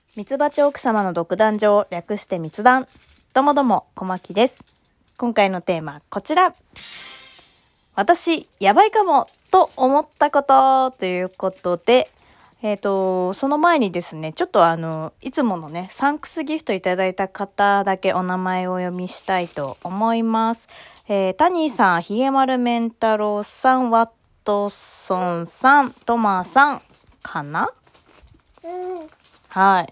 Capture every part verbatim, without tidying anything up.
ミツバチ奥様の独壇場、略して密談。どうもどうも、小牧です。今回のテーマ、こちら。私、やばいかも、と思ったこと、ということで、えっと、その前にですね、ちょっとあの、いつものね、サンクスギフトいただいた方だけお名前をお読みしたいと思います。えー、タニーさん、ひげまるめんたろうさん、ワットソンさん、トマさん、かな？うん、はい。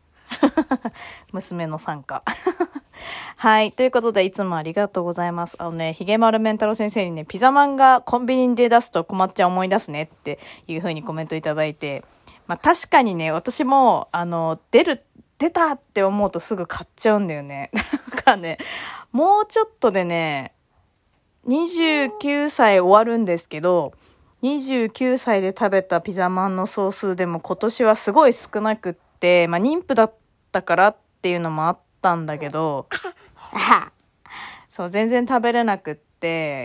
娘の参加。はい。ということで、いつもありがとうございます。あのね、ひげまるめんたろう先生にね、ピザマンがコンビニで出すと困っちゃ思い出すねっていう風にコメントいただいて、まあ確かにね、私も、あの、出る、出たって思うとすぐ買っちゃうんだよね。だからね、もうちょっとでね、にじゅうきゅうさい終わるんですけど、にじゅうきゅうさいで食べたピザマンの総数でも今年はすごい少なくって、まあ妊婦だったからっていうのもあったんだけど、そう、全然食べれなくって、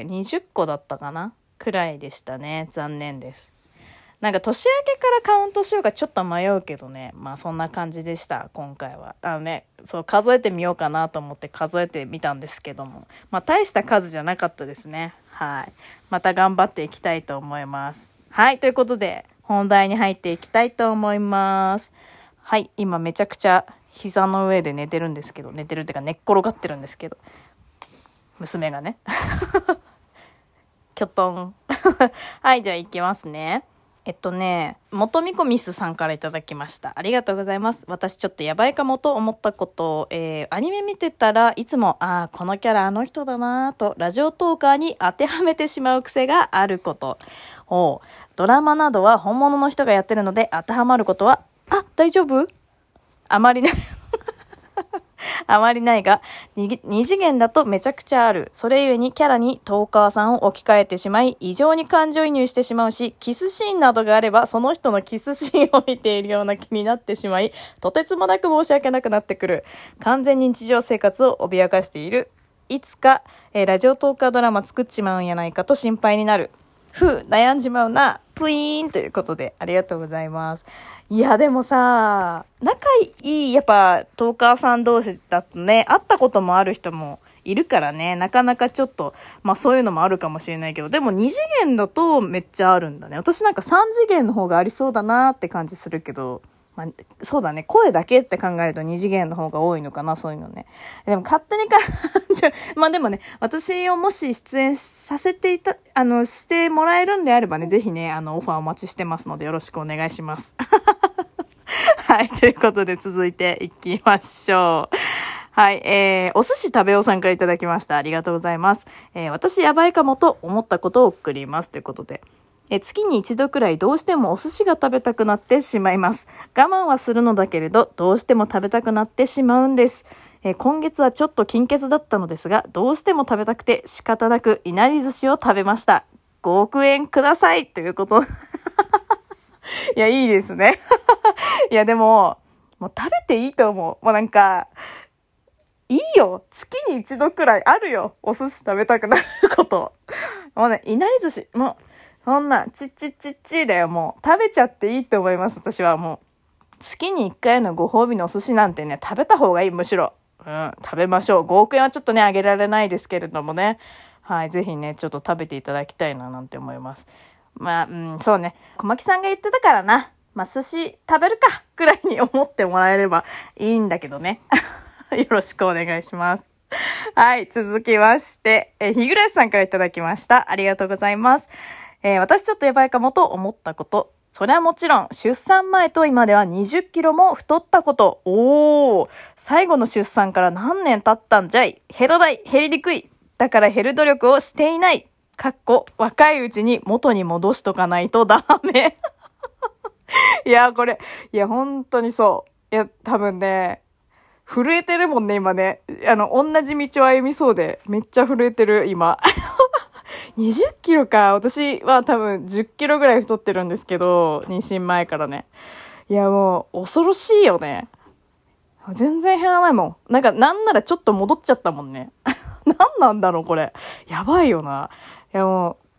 にじゅっこだったかなくらいでしたね。残念です。なんか年明けからカウントしようかちょっと迷うけどね。まあそんな感じでした、今回は。あのね、そう数えてみようかなと思って数えてみたんですけども。まあ大した数じゃなかったですね。はい。また頑張っていきたいと思います。はい。ということで、本題に入っていきたいと思います。はい。今めちゃくちゃ膝の上で寝てるんですけど、寝てるっていうか寝っ転がってるんですけど。娘がね。きょとん。はい。じゃあ行きますね。えっとね、元みこミスさんからいただきました。ありがとうございます。私ちょっとやばいかもと思ったことを、えー、アニメ見てたらいつも、ああ、このキャラあの人だなぁと、ラジオトーカーに当てはめてしまう癖があること。おドラマなどは本物の人がやってるので当てはまることは、あ、大丈夫？あまりね。あまりないが、二次元だとめちゃくちゃある。それゆえにキャラにトーカーさんを置き換えてしまい、異常に感情移入してしまうし、キスシーンなどがあれば、その人のキスシーンを見ているような気になってしまい、とてつもなく申し訳なくなってくる。完全に日常生活を脅かしている。いつか、えー、ラジオトーカードラマ作っちまうんやないかと心配になる。ふう、悩んじまうな。プイーンということで、ありがとうございます。いや、でもさ、仲いい、やっぱ、トーカーさん同士だとね、会ったこともある人もいるからね、なかなかちょっと、まあそういうのもあるかもしれないけど、でもに次元だとめっちゃあるんだね。私なんかさん次元の方がありそうだなって感じするけど、まあ、そうだね。声だけって考えると二次元の方が多いのかな、そういうのね。でも勝手にかまあでもね、私をもし出演させていた、あの、してもらえるんであればね、ぜひね、あの、オファーお待ちしてますのでよろしくお願いします。はい、ということで続いていきましょう。はい、えー、お寿司食べようさんからいただきました。ありがとうございます。えー、私やばいかもと思ったことを送ります。ということで。え月に一度くらいどうしてもお寿司が食べたくなってしまいます。我慢はするのだけれど、どうしても食べたくなってしまうんです。え今月はちょっと金欠だったのですが、どうしても食べたくて仕方なくいなり寿司を食べました。ごおくえんくださいということ。いや、いいですね。いや、でも、もう食べていいと思う。もうなんか、いいよ。月に一度くらいあるよ。お寿司食べたくなること。もうね、いなり寿司、もう、そんな、ちっちっちっちだよ、もう。食べちゃっていいと思います、私はもう。月に一回のご褒美のお寿司なんてね、食べた方がいい、むしろ。うん、食べましょう。ごおくえんはちょっとね、あげられないですけれどもね。はい、ぜひね、ちょっと食べていただきたいな、なんて思います。まあ、うん、そうね。小牧さんが言ってたからな。まあ、寿司食べるか、くらいに思ってもらえればいいんだけどね。よろしくお願いします。はい、続きまして、え、日暮さんからいただきました。ありがとうございます。えー、私ちょっとやばいかもと思ったこと。それはもちろん、出産前と今ではにじゅっキロも太ったこと。おー、最後の出産から何年経ったんじゃい。減らない、減りにくい。だから減る努力をしていない。かっこ、若いうちに元に戻しとかないとダメ。いや、これ、いや、本当にそう。いや、多分ね、震えてるもんね、今ね。あの、同じ道を歩みそうで、めっちゃ震えてる、今。にじゅっキロか。私は多分じゅっキロぐらい太ってるんですけど、妊娠前からね。いや、もう、恐ろしいよね。全然減らないもん。なんか、なんならちょっと戻っちゃったもんね。なんなんだろう、これ。やばいよな。いや、もう、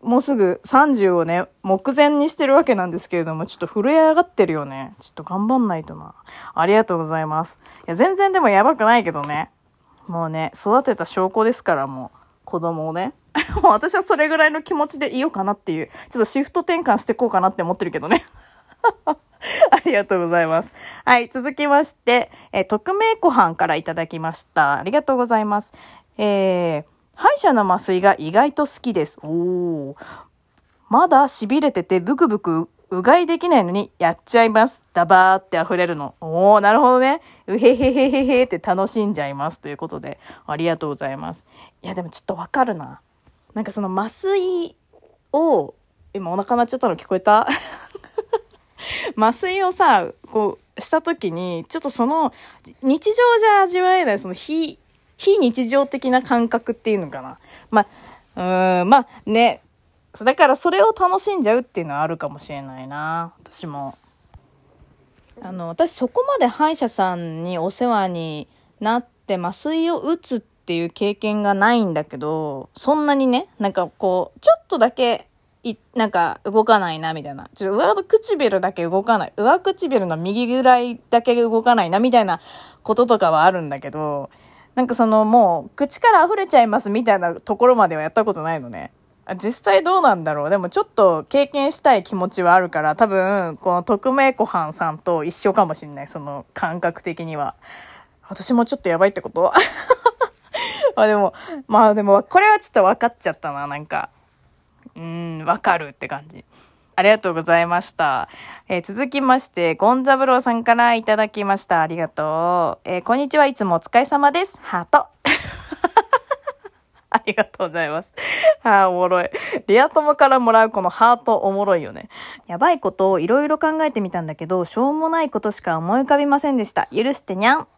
もうすぐさんじゅうをね、目前にしてるわけなんですけれども、ちょっと震え上がってるよね。ちょっと頑張んないとな。ありがとうございます。いや、全然でもやばくないけどね。もうね、育てた証拠ですから、もう、子供をね。もう私はそれぐらいの気持ちでいようかなっていう、ちょっとシフト転換していこうかなって思ってるけどね。ありがとうございます。はい、続きまして、えー、匿名ご飯からいただきました。ありがとうございます。えー、歯医者の麻酔が意外と好きです。おー。まだ痺れててブクブクうがいできないのにやっちゃいます。ダバーって溢れるの。おー、なるほどね。うへへへへへって楽しんじゃいますということで、ありがとうございます。いや、でもちょっとわかるな。なんかその麻酔を、今お腹鳴っちゃったの聞こえた？麻酔をさ、こう、したときに、ちょっとその、日常じゃ味わえない、その非、非日常的な感覚っていうのかな。まあ、うーん、まあね、だからそれを楽しんじゃうっていうのはあるかもしれないな。私も。あの、私そこまで歯医者さんにお世話になって麻酔を打つっていう経験がないんだけど、そんなにね、なんかこう、ちょっとだけ、い、なんか動かないなみたいな。ちょ上唇だけ動かない。上唇の右ぐらいだけ動かないなみたいなこととかはあるんだけど、なんかそのもう口から溢れちゃいますみたいなところまではやったことないのね。実際どうなんだろう。でもちょっと経験したい気持ちはあるから、多分この匿名ごはんさんと一緒かもしれない。その感覚的には。私もちょっとやばいってことまあでも、まあでもこれはちょっと分かっちゃったな。なんか。うーん、わかるって感じ。ありがとうございました。えー、続きまして、ゴンザブローさんからいただきました。ありがとう。えー、こんにちは。いつもお疲れ様です。ハート。ありがとうございます。はあ、おもろい。リア友からもらうこのハートおもろいよね。やばいことをいろいろ考えてみたんだけど、しょうもないことしか思い浮かびませんでした。許してにゃん。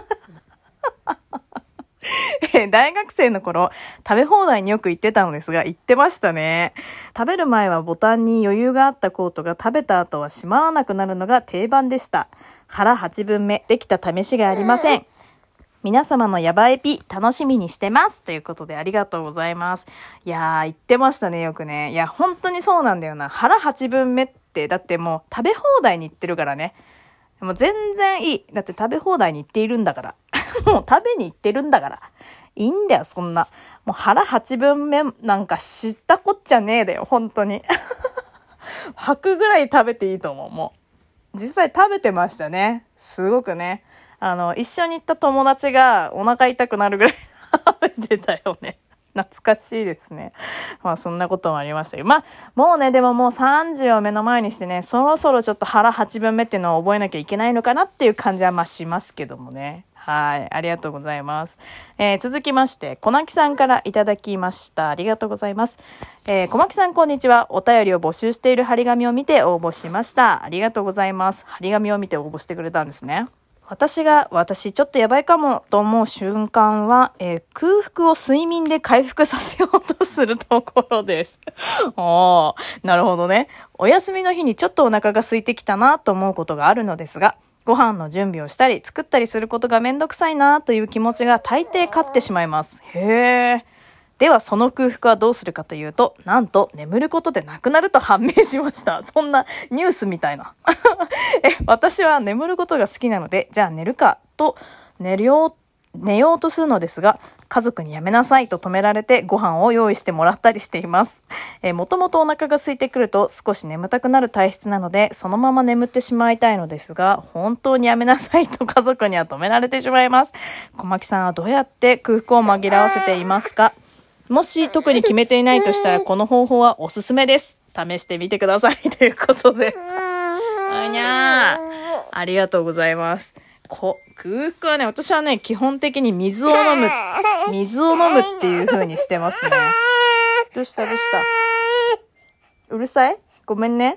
大学生の頃、食べ放題によく行ってたのですが、行ってましたね。食べる前はボタンに余裕があったコートが食べた後は閉まらなくなるのが定番でした。腹はちぶんめ、できた試しがありません。皆様のヤバエピ楽しみにしてます。ということでありがとうございます。いやー、言ってましたね、よくね。いや、本当にそうなんだよな。腹はちぶんめって、だってもう食べ放題に行ってるからね。もう全然いい。だって食べ放題に行っているんだから。もう食べに行ってるんだから。いいんだよ、そんな。もう腹はちぶんめなんか知ったこっちゃねえだよ、本当に。吐くぐらい食べていいと思う、もう。実際食べてましたね。すごくね。あの、一緒に行った友達がお腹痛くなるぐらい食べてたよね。懐かしいですね。まあそんなこともありましたけど。まあもうね、でももうさんじゅうを目の前にしてね、そろそろちょっと腹はちぶんめっていうのを覚えなきゃいけないのかなっていう感じはまあしますけどもね。はい。ありがとうございます。えー、続きまして、小泣さんからいただきました。ありがとうございます。えー、小牧さんこんにちは。お便りを募集している張り紙を見て応募しました。ありがとうございます。張り紙を見て応募してくれたんですね。私が、私ちょっとやばいかもと思う瞬間は、えー、空腹を睡眠で回復させようとするところです。おー、なるほどね。お休みの日にちょっとお腹が空いてきたなと思うことがあるのですが、ご飯の準備をしたり作ったりすることがめんどくさいなという気持ちが大抵勝ってしまいます。へー。ではその空腹はどうするかというと、なんと眠ることでなくなると判明しました。そんなニュースみたいな。え、私は眠ることが好きなので、じゃあ寝るかと寝るよう、寝ようとするのですが、家族にやめなさいと止められてご飯を用意してもらったりしています。えー、もともとお腹が空いてくると少し眠たくなる体質なので、そのまま眠ってしまいたいのですが、本当にやめなさいと家族には止められてしまいます。小牧さんはどうやって空腹を紛らわせていますか？もし特に決めていないとしたら、この方法はおすすめです。試してみてください。ということで。あにゃー。ありがとうございます。こ、空腹はね、私はね、基本的に水を飲む、水を飲むっていう風にしてますね。どうしたどうしたうるさい？ごめんね。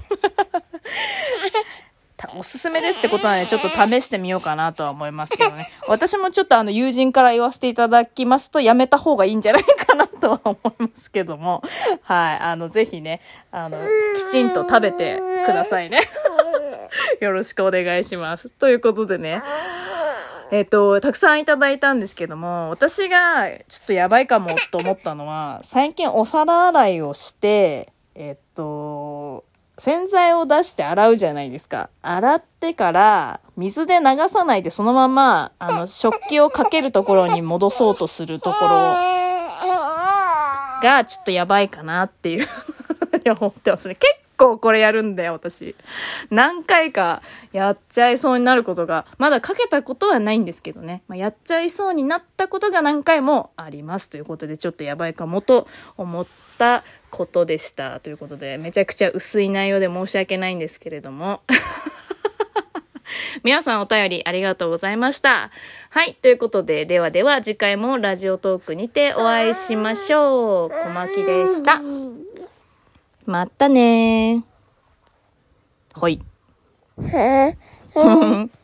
おすすめですってことはね、ちょっと試してみようかなとは思いますけどね。私もちょっとあの友人から言わせていただきますと、やめた方がいいんじゃないかなとは思いますけども。はい。あの、ぜひね、あの、きちんと食べてくださいね。よろしくお願いします。ということでね。 えっと、たくさんいただいたんですけども、私がちょっとやばいかもと思ったのは、最近お皿洗いをして、えっと、洗剤を出して洗うじゃないですか。洗ってから水で流さないでそのまま、あの、食器をかけるところに戻そうとするところがちょっとやばいかなっていう思ってますね。結構これやるんだよ、私。何回かやっちゃいそうになることが、まだかけたことはないんですけどね。まあ、やっちゃいそうになったことが何回もありますということで、ちょっとやばいかもと思ったことでしたということで、めちゃくちゃ薄い内容で申し訳ないんですけれども皆さんお便りありがとうございました。はい、ということで、ではでは次回もラジオトークにてお会いしましょう。小牧でした。またねー。ほい。